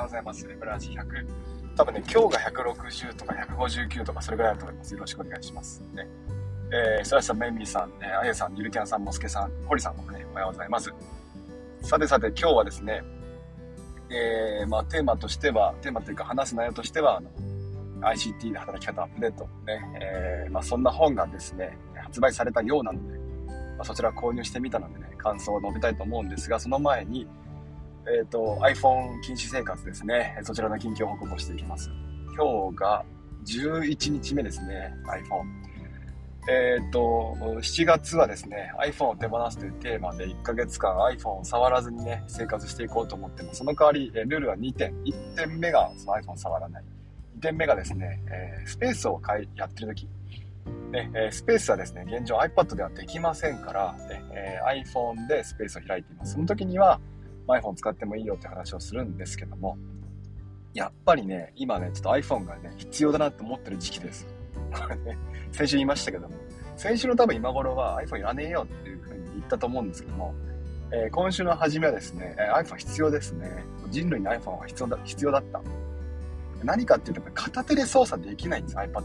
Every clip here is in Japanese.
ございます。ブラジ100。多分ね、今日が160とか159とかそれぐらいだと思います。よろしくお願いしますね。スラッシャーメイミーさん、あやさん、ゆるキャンさん、モスケさん、ホリさんもね、おはようございます。さてさて、今日はですね、テーマというか話す内容としては、ICT で働き方アップデートね、そんな本がですね、発売されたようなので、そちらを購入してみたのでね、感想を述べたいと思うんですが、その前に、iPhone 禁止生活ですね、そちらの近況報告をしていきます。今日が11日目ですね、iPhone。7月はですね、iPhone を手放すというテーマで1ヶ月間 iPhone を触らずにね、生活していこうと思っても、その代わり、ルールは2点。1点目がその iPhone を触らない。2点目がですね、スペースをやってるとき。スペースはですね、現状 iPad ではできませんから、iPhone でスペースを開いています。その時には、iPhone を使ってもいいよって話をするんですけども、やっぱりね、今ね、ちょっと iPhone がね、必要だなと思ってる時期です。これね、先週言いましたけども、先週の多分今頃は iPhone いらねえよっていう風に言ったと思うんですけども、今週の初めはですね、iPhone 必要ですね。人類に iPhone は必要だった。何かっていうと、片手で操作できないんです、iPad って。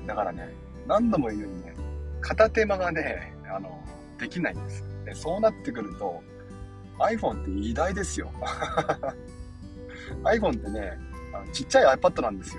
だからね、何度も言うようにね、片手間がね、できないんです。で、そうなってくると、iPhone って偉大ですよ。iPhone ってね、ちっちゃい iPad なんですよ。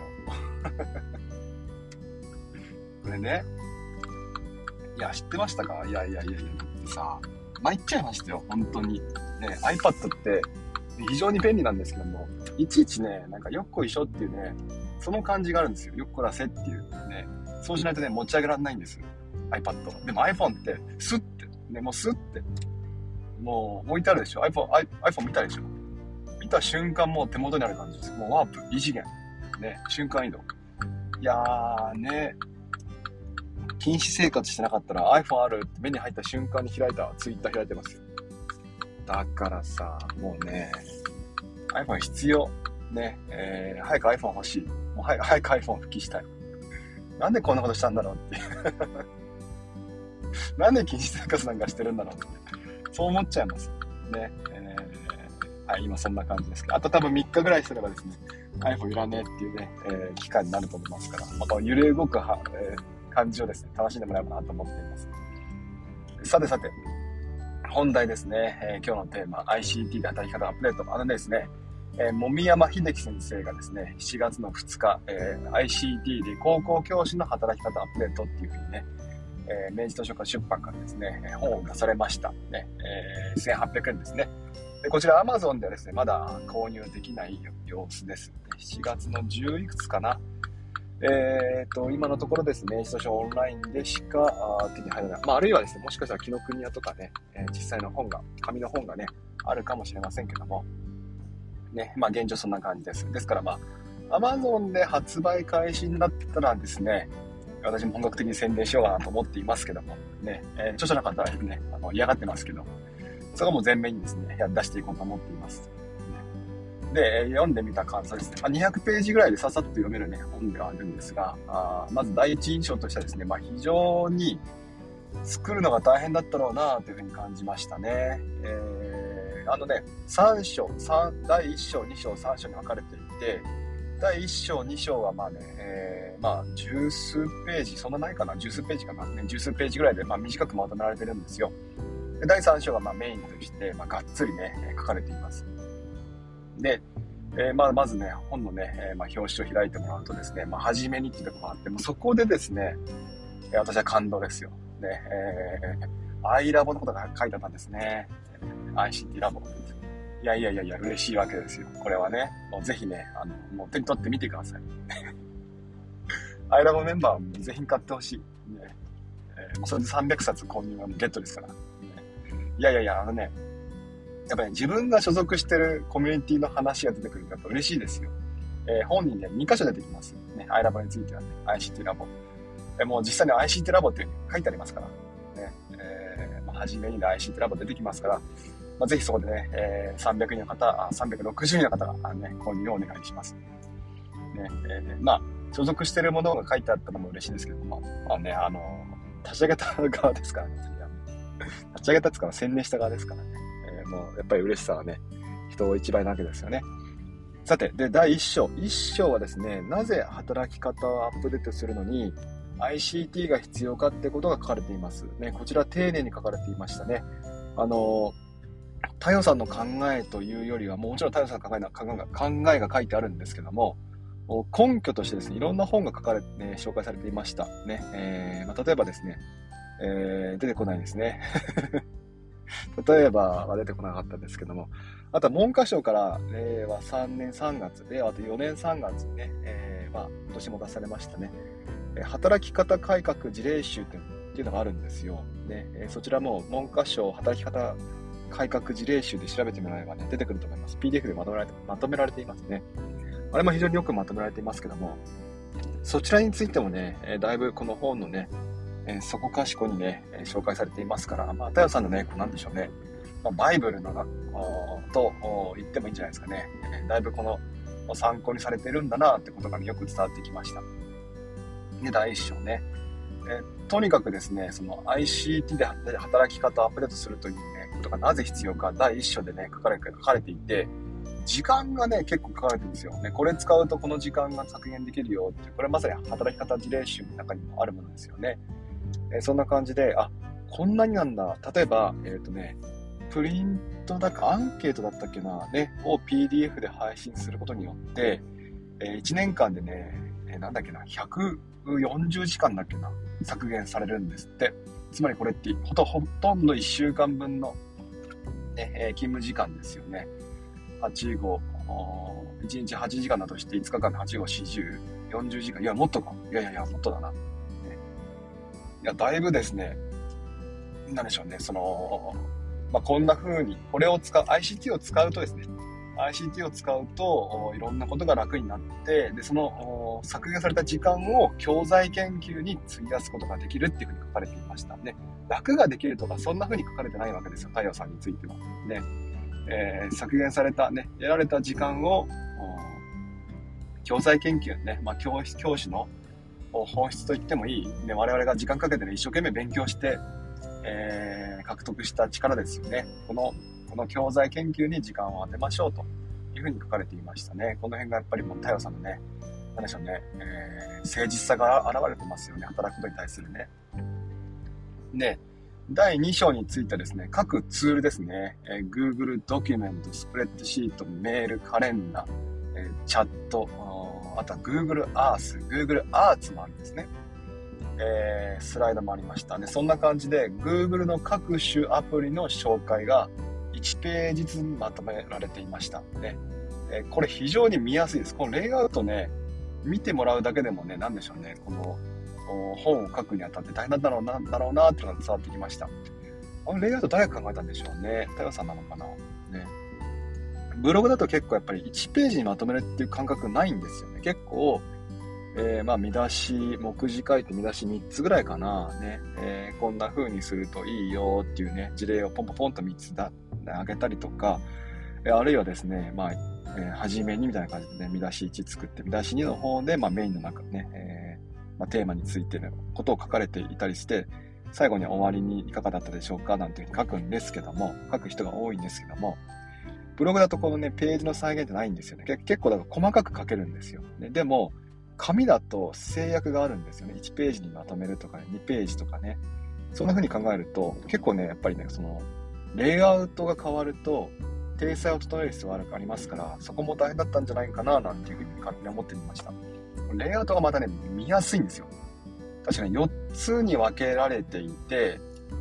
これね、いや、知ってましたか？いや、だってさ、参っちゃいましたよ、本当に。ね、iPad って非常に便利なんですけども、いちいちね、なんかよっこいしょっていうね、その感じがあるんですよ。よっこらせっていうね。そうしないとね、持ち上げられないんです、iPad。でも iPhone って、スッて、ね、もうスッて、もう置いてあるでしょ。iPhone 見たでしょ。見た瞬間もう手元にある感じです。もうワープ、異次元。ね、瞬間移動。いやーね、禁止生活してなかったら iPhone あるって目に入った瞬間に開いた Twitter 開いてますよ。だからさ、もうね、iPhone 必要。ね、早く iPhone 欲しい。もう早く iPhone 復帰したい。なんでこんなことしたんだろうっていう。なんで禁止生活なんかしてるんだろうって。そう思っちゃいます。ね。はい、今そんな感じですけど。あと多分3日ぐらいすればですね、iPhone いらねえっていうね、期間になると思いますから、この揺れ動く感じをですね、楽しんでもらえばなと思っています。さて、本題ですね、今日のテーマ、ICT で働き方アップデート。ですね、籾山秀樹先生がですね、7月の2日、ICT で高校教師の働き方アップデートっていうふうにね、明治図書館出版からですね、本を出されました。ね、1800円ですね。でこちら Amazon ではですね、まだ購入できない様子です。7月の10いくつかな。今のところですね、明治図書オンラインでしか手に入らない。あるいはですね、もしかしたら紀ノ国屋とかね、実際の本が、紙の本がね、あるかもしれませんけども、ね、現状そんな感じです。ですからAmazon で発売開始になったらですね、私も本格的に宣伝しようかなと思っていますけども、ね、著者の方はね、嫌がってますけど、そこも前面にですね、出していこうと思っています。で、読んでみた感想ですね。200ページぐらいでささっと読めるね、本ではあるんですが、まず第一印象としてはですね、非常に作るのが大変だったろうなというふうに感じましたね。3章、第1章、2章、3章に分かれていて、第1章、2章は十数ページ、そんなないかな、十数ページかな、十数ページぐらいで短くまとめられてるんですよ。で第3章がメインとして、がっつりね、書かれています。で、まずね、本のね、表紙を開いてもらうとですね、初めにっていうところがあって、そこでですね、私は感動ですよ。ね、アイラボのことが書いてあったんですね。ICT ラボ。いや、嬉しいわけですよ。これはね、もうぜひね、もう手に取ってみてください。アイラボメンバーはぜひ買ってほしい。ね、もうそれで300冊購入はゲットですから。ね、いや、やっぱり自分が所属してるコミュニティの話が出てくるとやっぱ嬉しいですよ。本にね、2箇所出てきます。ね、アイラボについてはね、ICT ラボ。もう実際に ICT ラボって書いてありますから。ね、初めに ICT ラボ出てきますから、ぜひそこでね、300人の方、360人の方がね、購入をお願いします。ね、所属してるものが書いてあったのも嬉しいですけども、立ち上げた側ですからね。立ち上げたってから宣伝した側ですからね。もうやっぱり嬉しさはね、人一倍なわけですよね。 さて、で、第1章。1章はですね、なぜ働き方をアップデートするのに ICT が必要かってことが書かれています。ね、こちら丁寧に書かれていましたね。太陽さんの考えというよりは、もちろん太陽さんの考えが書いてあるんですけども、根拠としてですね、いろんな本が紹介されていました。ね、例えばですね、出てこないですね。例えばは出てこなかったですけども、あとは文科省から令和3年3月、令和あと4年3月にね、今年も出されましたね、働き方改革事例集っていうのがあるんですよ。ね、そちらも文科省働き方改革事例集で調べてもらえばね、出てくると思います。PDF でまとめられていますね。あれも非常によくまとめられていますけども、そちらについてもね、だいぶこの本のね、そこかしこにね、紹介されていますから、太陽さんのね、なんでしょうね、バイブルのと言ってもいいんじゃないですかね。だいぶこの参考にされているんだなってことが、ね、よく伝わってきました。で、第一章ね。とにかくですね、その ICT で働き方をアップデートするというね、ことがなぜ必要か、第一章でね、書かれていて、時間がね、結構書かれてるんですよね。これ使うとこの時間が削減できるよっていう、これまさに働き方事例集の中にもあるものですよね。そんな感じで、こんなになんだ。例えば、プリントだかアンケートだったっけな、ね、を PDF で配信することによって、1年間でね、140時間だっけな、削減されるんですって。つまりこれってほとんど1週間分の、ね、勤務時間ですよね。8、5、1日8時間だとして5日間で8、5、40、40時間。いや、もっとか。いや、もっとだな。だいぶですね、なんでしょうね、こんな風に、ICT を使うとですね、ICT を使うといろんなことが楽になって、で、その削減された時間を教材研究に費やすことができるっていうふうに書かれていましたね。楽ができるとか、そんな風に書かれてないわけですよ、太陽さんについては。ね、削減された、ね、得られた時間を、教材研究ね、教師の本質と言ってもいい、ね、我々が時間かけてね、一生懸命勉強して、獲得した力ですよね。この教材研究に時間を当てましょうというふうに書かれていましたね。この辺がやっぱりもう太陽さんのね、なんでしょうね、誠実さが現れてますよね、働くことに対するね。で、第2章についてですね、各ツールですね、Google ドキュメント、スプレッドシート、メール、カレンダー、チャット、あとは Google Earth、Google Arts もあるんですね。スライドもありましたね。そんな感じで Google の各種アプリの紹介が1ページずつまとめられていましたね。これ非常に見やすいです。このレイアウトね、見てもらうだけでもね、なんでしょうね、この本を書くにあたって大変なんだろうなっていうのが伝わってきました。レイアウト誰が考えたんでしょうね。太陽さんなのかな。ね。ブログだと結構やっぱり1ページにまとめるっていう感覚ないんですよね。結構、見出し、目次書いて見出し3つぐらいかな。ね。こんな風にするといいよっていうね、事例をポンと3つあげたりとか、あるいはですね、初めにみたいな感じでね、見出し1作って、見出し2の方で、メインの中ね、テーマについてのことを書かれていたりして、最後に終わりにいかがだったでしょうかなんていうふうに書くんですけども、書く人が多いんですけども、ブログだとこのね、ページの再現ってないんですよね。結構だから細かく書けるんですよ。ね、でも、紙だと制約があるんですよね。1ページにまとめるとかね、2ページとかね。そんな風に考えると、結構ね、やっぱりね、レイアウトが変わると、体裁を整える必要がありますから、そこも大変だったんじゃないかな、なんていう風に勝手に思ってみました。レイアウトがまたね、見やすいんですよ。確かに4つに分けられていて、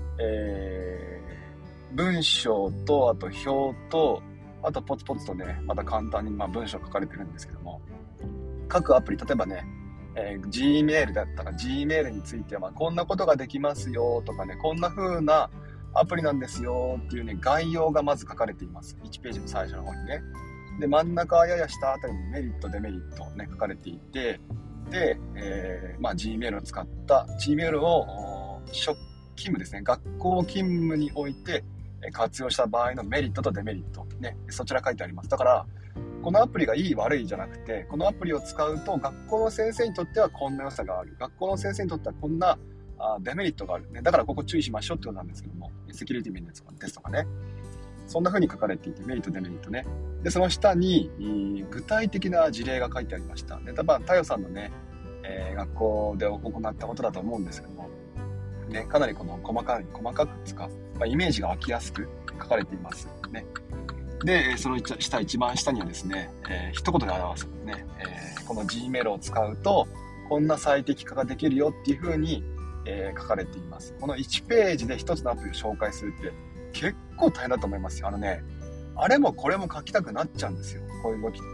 文章と、あと表と、あとポツポツとね、また簡単に文章書かれてるんですけども、各アプリ、例えばね、Gmail だったら Gmail についてはこんなことができますよとかね、こんな風なアプリなんですよっていうね、概要がまず書かれています。1ページの最初の方にね。で、真ん中やや下あたりにメリット、デメリットね、書かれていて、で、Gmail を使った、Gmail を勤務ですね、学校勤務において活用した場合のメリットとデメリット、ね、そちら書いてあります。だから、このアプリがいい悪いじゃなくて、このアプリを使うと学校の先生にとってはこんな良さがある。学校の先生にとってはこんなデメリットがある、ね。だからここ注意しましょうってことなんですけども、セキュリティ面ですとかね。 そんな風に書かれていて、メリット、デメリットね。で、その下に、具体的な事例が書いてありました。で、多分、太陽さんのね、学校で行ったことだと思うんですけども、ね、かなりこの細かく使う、イメージが湧きやすく書かれています。ね。で、その一番下にはですね、一言で表すね、この Gmail を使うと、こんな最適化ができるよっていう風に、書かれています。この1ページで一つのアプリを紹介するって結構大変だと思いますよ。あれもこれも書きたくなっちゃうんですよ。こういう動きって。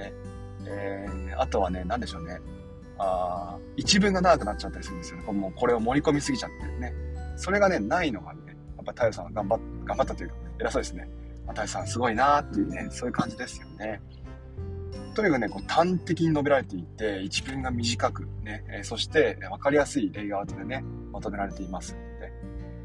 ね。あとはね、なんでしょうね。一文が長くなっちゃったりするんですよね。もうこれを盛り込みすぎちゃってね。それがね、ないのがね、やっぱ太陽さんは頑張ったというか、偉そうですね。太陽さんすごいなーっていうね、そういう感じですよね。とにかくね、こう端的に述べられていて、一文が短くね、そして分かりやすいレイアウトでね、まとめられていますので、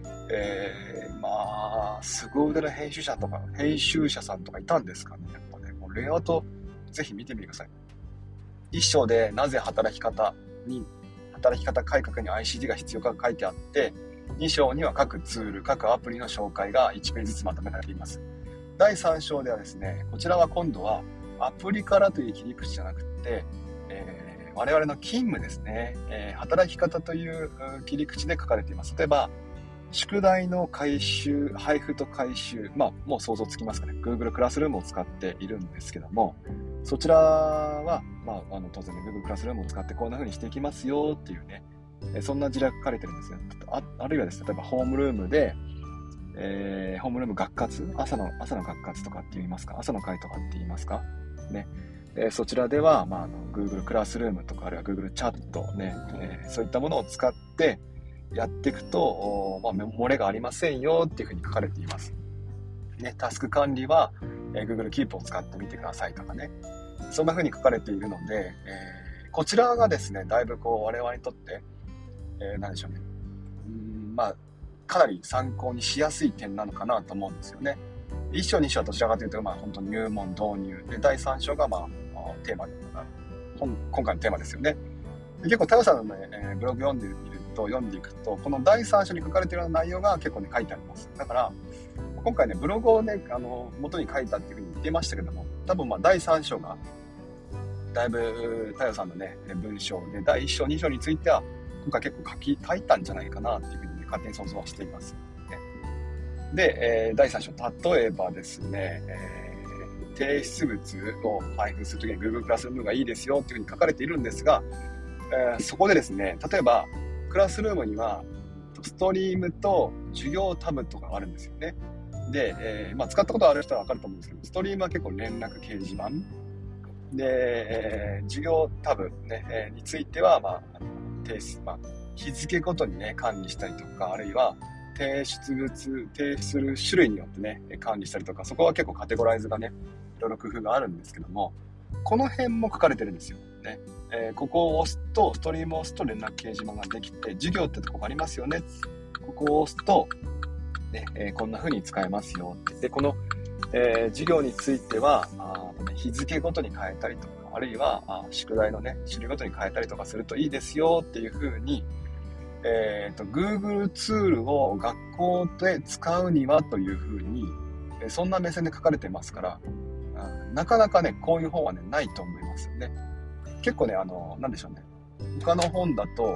凄腕の編集者さんとかいたんですかね。やっぱね、もうレイアウトぜひ見てみてください。一章でなぜ働き方改革に ICT が必要かが書いてあって、2章には各ツール、各アプリの紹介が1ページずつまとめられています。第3章ではですね、こちらは今度はアプリからという切り口じゃなくて、我々の勤務ですね、働き方という切り口で書かれています。例えば、宿題の配布と回収、もう想像つきますかね。Google クラスルームを使っているんですけども、そちらは、当然ね、Google クラスルームを使ってこんな風にしていきますよっていうね、そんな事例が書かれてるんですよ。あるいはですね、例えばホームルームで、ホームルーム学活、朝の学活とかって言いますか、朝の会とかって言いますかね。そちらでは、Google クラスルームとか、あるいは Google チャットね、そういったものを使ってやっていくと、漏れがありませんよっていうふうに書かれています。ね、タスク管理は、Google Keep を使ってみてくださいとかね。そんな風に書かれているので、こちらがですね、だいぶ我々にとって、何でしょうね。かなり参考にしやすい点なのかなと思うんですよね。1章2章はどちらかというと、本当に入門導入で、第3章がテーマで、今回のテーマですよね。で結構太陽さんの、ね、ブログ読んでいくと、この第3章に書かれているような内容が結構ね書いてあります。だから今回ねブログをね元に書いたっていうふうに言ってましたけども、多分第3章がだいぶ太陽さんのね文章で、第1章2章については今回結構書いたんじゃないかなっていうふうに、ね、勝手に想像はしています。で、第3章、例えばですね、提出物を配布するときに Google クラスルームがいいですよっていうふうに書かれているんですが、そこでですね、例えばクラスルームにはストリームと授業タブとかがあるんですよね。で、使ったことある人は分かると思うんですけど、ストリームは結構連絡掲示板で、授業タブ、ねについては、日付ごとにね管理したりとか、あるいは提出する種類によってね管理したりとか、そこは結構カテゴライズがねいろいろ工夫があるんですけども、この辺も書かれてるんですよね。ここを押すと、ストリームを押すと連絡掲示板ができて、授業ってとこがありますよね。ここを押すと、ねこんな風に使えますよって。で、この、授業については日付ごとに変えたりとか、あるいは宿題のね種類ごとに変えたりとかするといいですよっていう風に、Google ツールを学校で使うにはという風に、そんな目線で書かれてますから、なかなかねこういう本はねないと思いますよね。結構ねなんでしょうね、他の本だと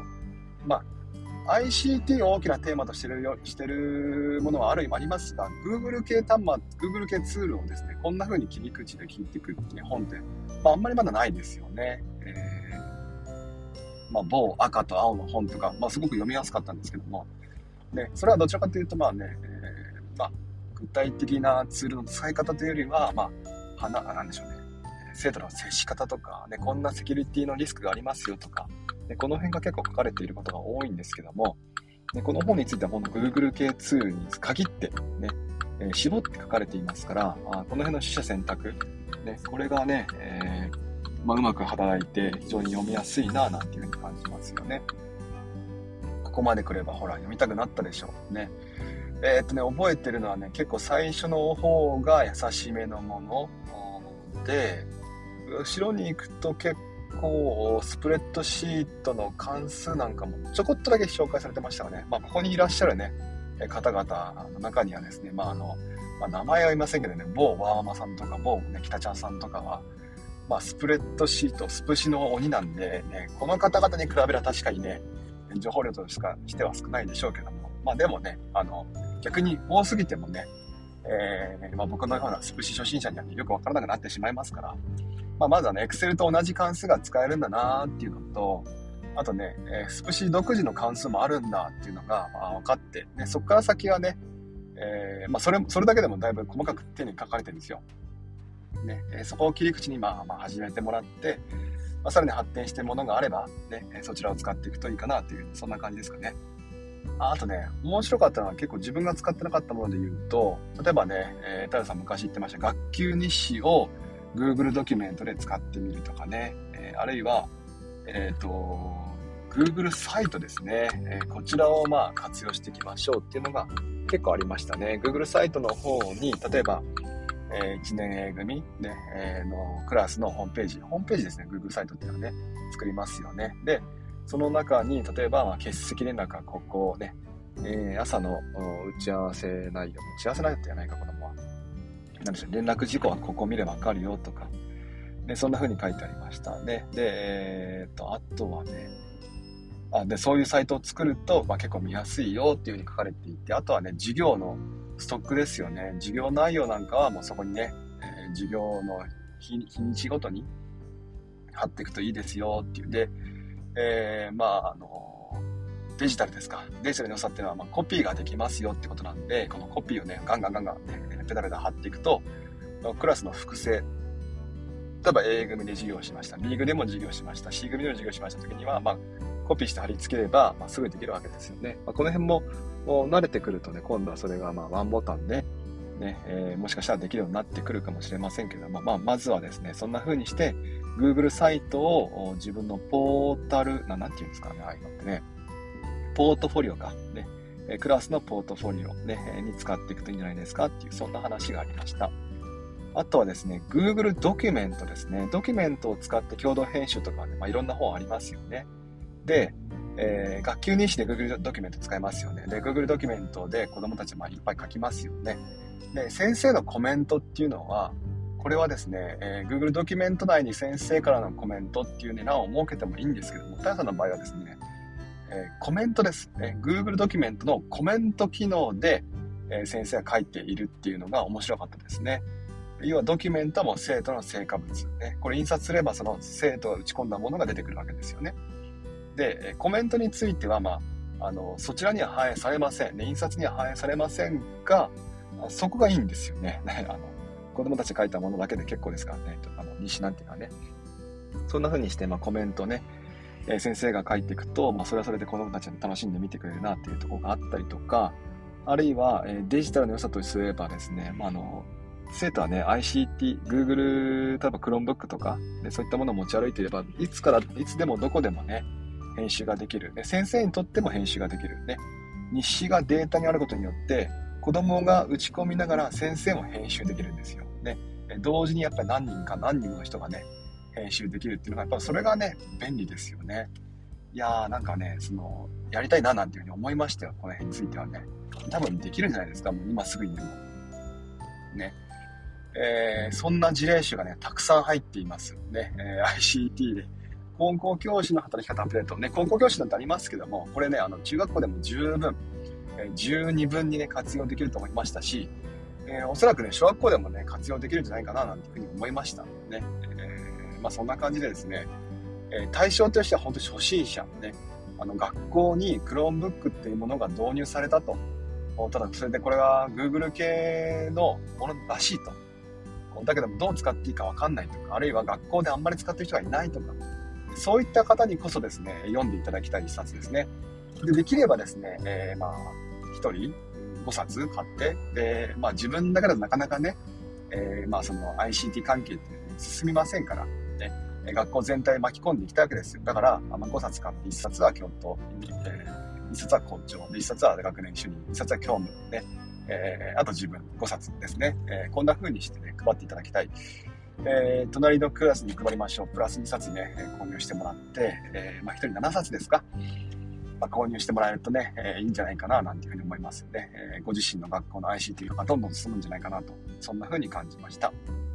ICT を大きなテーマとしてるものはありますが、Google 系ツールをですねこんな風に切り口で聞いていくっていう本って、あんまりまだないですよね。某赤と青の本とか、すごく読みやすかったんですけども、それはどちらかというと具体的なツールの使い方というよりは、なんでしょうね、生徒の接し方とか、こんなセキュリティのリスクがありますよとか、この辺が結構書かれていることが多いんですけども、この本についてはこの Google 系ツールに限ってね、絞って書かれていますから、この辺の取捨選択、これがね、うまく働いて非常に読みやすいななんていうふうに感じますよね。ここまで来ればほら読みたくなったでしょうね。覚えてるのはね、結構最初の方が優しめのもので、後ろに行くと結構スプレッドシートの関数なんかもちょこっとだけ紹介されてましたよね。ここにいらっしゃるね方々の中にはですね、 名前は言いませんけどね、某ワーママさんとか某、ね、北ちゃんさんとかは、スプレッドシート、スプシの鬼なんで、ね、この方々に比べれば確かにね、情報量としては少ないでしょうけども、でもね、逆に多すぎてもね、僕のようなスプシ初心者には、ね、よくわからなくなってしまいますから、まずはね、Excel と同じ関数が使えるんだなっていうのと、あとね、スプシ独自の関数もあるんだっていうのが、分かって、ね、そこから先はね、それだけでもだいぶ細かく丁寧に書かれてるんですよ。ね、そこを切り口に始めてもらって、さらに発展しているものがあれば、ね、そちらを使っていくといいかなという、そんな感じですかね。あとね、面白かったのは結構自分が使ってなかったもので言うと、例えばね、太陽さん昔言ってました学級日誌を Google ドキュメントで使ってみるとかね、あるいは、Google サイトですね、こちらを活用していきましょうっていうのが結構ありましたね。Google サイトの方に、例えば、1年 A 組、ねのクラスのホームページですね、Google サイトっていうのはね、作りますよね。で、その中に、例えば、欠席連絡はここね、朝の打ち合わせ内容って言わないか、子供は。なんでしょう、連絡事項はここ見ればわかるよとか、で、そんな風に書いてありましたね。で、あとはね、で、そういうサイトを作ると、結構見やすいよっていう風に書かれていて、あとはね、授業のストックですよね。授業内容なんかはもうそこにね、授業の日にちごとに貼っていくといいですよっていう。で、デジタルですか。デジタルの良さっていうのは、コピーができますよってことなんで、このコピーをね、ガンガン、ね、ペダルで貼っていくと、クラスの複製、例えば A 組で授業しました。B 組でも授業しました。C 組でも授業しましたときには、コピーして貼り付ければ、すぐできるわけですよね。この辺も慣れてくるとね、今度はそれがワンボタンで、ね、もしかしたらできるようになってくるかもしれませんけども、まずはですね、そんな風にして、Google サイトを自分のポータル、なんていうんですかね、ああいうのってね、ポートフォリオか、ね、クラスのポートフォリオ、ね、に使っていくといいんじゃないですかっていう、そんな話がありました。あとはですね、Google ドキュメントですね。ドキュメントを使って共同編集とかはね、いろんな本ありますよね。で、学級日誌で Google ドキュメント使えますよね。で、Google ドキュメントで子供たちいっぱい書きますよね。で、先生のコメントっていうのは、これはですね、Google ドキュメント内に先生からのコメントっていうね、欄を設けてもいいんですけども、太陽さんの場合はですね、コメントです。Google ドキュメントのコメント機能で、先生が書いているっていうのが面白かったですね。要はドキュメントはもう生徒の成果物、ね。これ印刷すればその生徒が打ち込んだものが出てくるわけですよね。で、コメントについては、そちらには反映されません。ね、印刷には反映されませんが、そこがいいんですよね。子供たちが書いたものだけで結構ですからね。日誌なんていうのはね。そんな風にして、コメントね、先生が書いていくと、それはそれで子供たちに楽しんで見てくれるなっていうところがあったりとか、あるいは、デジタルの良さとすればですね、生徒はね、ICT、Google、例えば Chromebook とか、そういったものを持ち歩いていれば、いつでもどこでもね、編集ができる。先生にとっても編集ができる。ね、日誌がデータにあることによって、子供が打ち込みながら先生も編集できるんですよ。ね、同時にやっぱり何人もの人がね、編集できるっていうのが、やっぱそれがね、便利ですよね。いやーなんかね、やりたいななんていうふうに思いましたよ。この辺についてはね。多分できるんじゃないですか。もう今すぐにでも。ね。そんな事例集がね、たくさん入っています。ね。ICT で。高校教師の働き方アップデート。ね。高校教師なんてありますけども、これね、中学校でも十分、十二分にね、活用できると思いましたし、おそらくね、小学校でもね、活用できるんじゃないかな、なんていうふうに思いました。ね。そんな感じでですね、対象としては本当に初心者。ね。学校に Chromebook っていうものが導入されたと。ただ、それでこれは Google 系のものらしいと。だけどもどう使っていいかわかんないとか、あるいは学校であんまり使ってる人がいないとか、そういった方にこそですね、読んでいただきたい一冊ですね。できればですね、一人5冊買って、で、自分だけだとなかなかね、その ICT 関係って進みませんから、ね、学校全体巻き込んでいきたいわけですよ。だから、5冊買って1冊は教頭、1冊は校長、1冊は学年主任、1冊は教務、ね、あと自分5冊ですね。こんな風にしてね、配っていただきたい。隣のクラスに配りましょう。プラス2冊ね、購入してもらって、1人7冊ですか。 購入してもらえるとね、いいんじゃないかななんていうふうに思いますので、ご自身の学校の ICT がどんどん進むんじゃないかなと、そんなふうに感じました。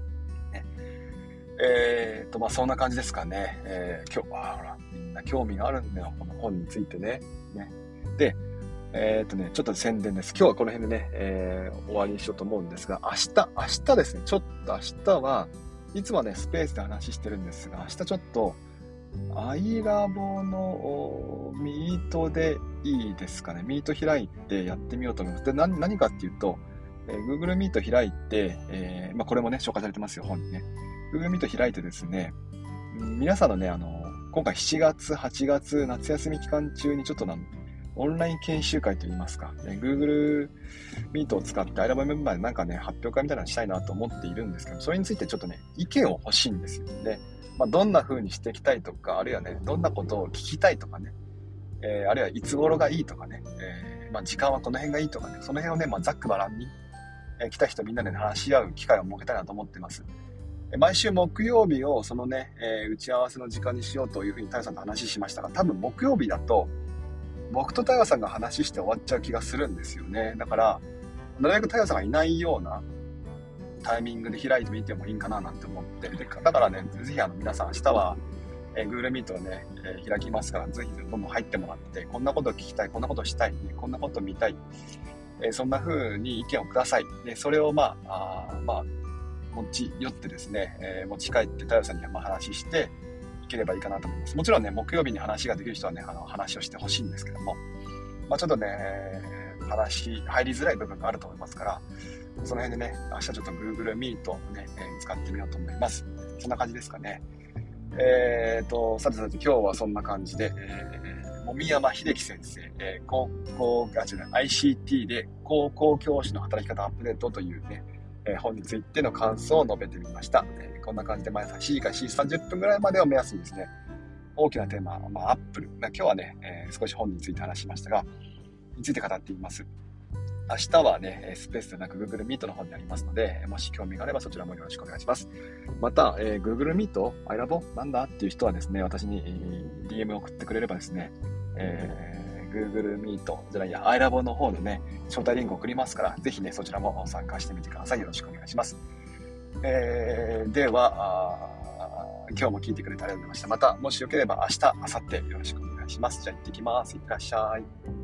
そんな感じですかね。今日はほらみんな興味があるんだよ、この本についてね。で、ちょっと宣伝です。今日はこの辺でね、終わりにしようと思うんですが、明日ですね、ちょっと明日はいつもはね、スペースで話してるんですが、明日ちょっと、アイラボのミートでいいですかね。ミート開いてやってみようと思います。で、何かっていうと、Google Meet 開いて、これもね、紹介されてますよ、本にね。Google Meet 開いてですね、皆さんのね、今回7月、8月、夏休み期間中にちょっとオンライン研修会といいますか、Google Meet を使ってアイラボメンバーでなんかね、発表会みたいなのしたいなと思っているんですけど、それについてちょっとね、意見を欲しいんですよね。どんな風にしていきたいとか、あるいはね、どんなことを聞きたいとかね、あるいはいつ頃がいいとかね、時間はこの辺がいいとかね、その辺をね、ざっくばらんに、来た人みんなで、ね、話し合う機会を設けたいなと思っています。毎週木曜日をそのね、打ち合わせの時間にしようというふうに太陽さんと話しましたが、多分木曜日だと僕と太陽さんが話して終わっちゃう気がするんですよね。だからなるべく太陽さんがいないようなタイミングで開いてみてもいいかななんて思って、だからね、ぜひ皆さん明日は、Google Meet をね、開きますから、ぜひどんどん入ってもらって、こんなことを聞きたい、こんなことをしたい、こんなことを見たい、そんな風に意見をください。でそれを持ち寄ってですね、持ち帰って太陽さんに話していければいいかなと思います。もちろんね、木曜日に話ができる人はね、話をしてほしいんですけども、ちょっとね、話入りづらい部分があると思いますから、その辺でね、明日ちょっと Google Meet をね、使ってみようと思います。そんな感じですかね。さて今日はそんな感じで、籾山秀樹先生、ICT で高校教師の働き方アップデートというね、本についての感想を述べてみました。こんな感じで毎朝7時から7時30分ぐらいまでを目安にですね、大きなテーマ、アップル、今日はね、少し本について話しましたが、について語っています。明日はね、スペースでなく Google Meet の方にありますので、もし興味があればそちらもよろしくお願いします。また、Google Meet、アイラボなんだっていう人はですね、私に DM を送ってくれればですね、Google Meet じゃないや、アイラボの方のね、招待リンクを送りますから、ぜひね、そちらも参加してみてください。よろしくお願いします。では、今日も聞いてくれてありがとうございました。また、もしよければ明日、明後日よろしくお願いします。じゃあ行ってきます。いってらっしゃい。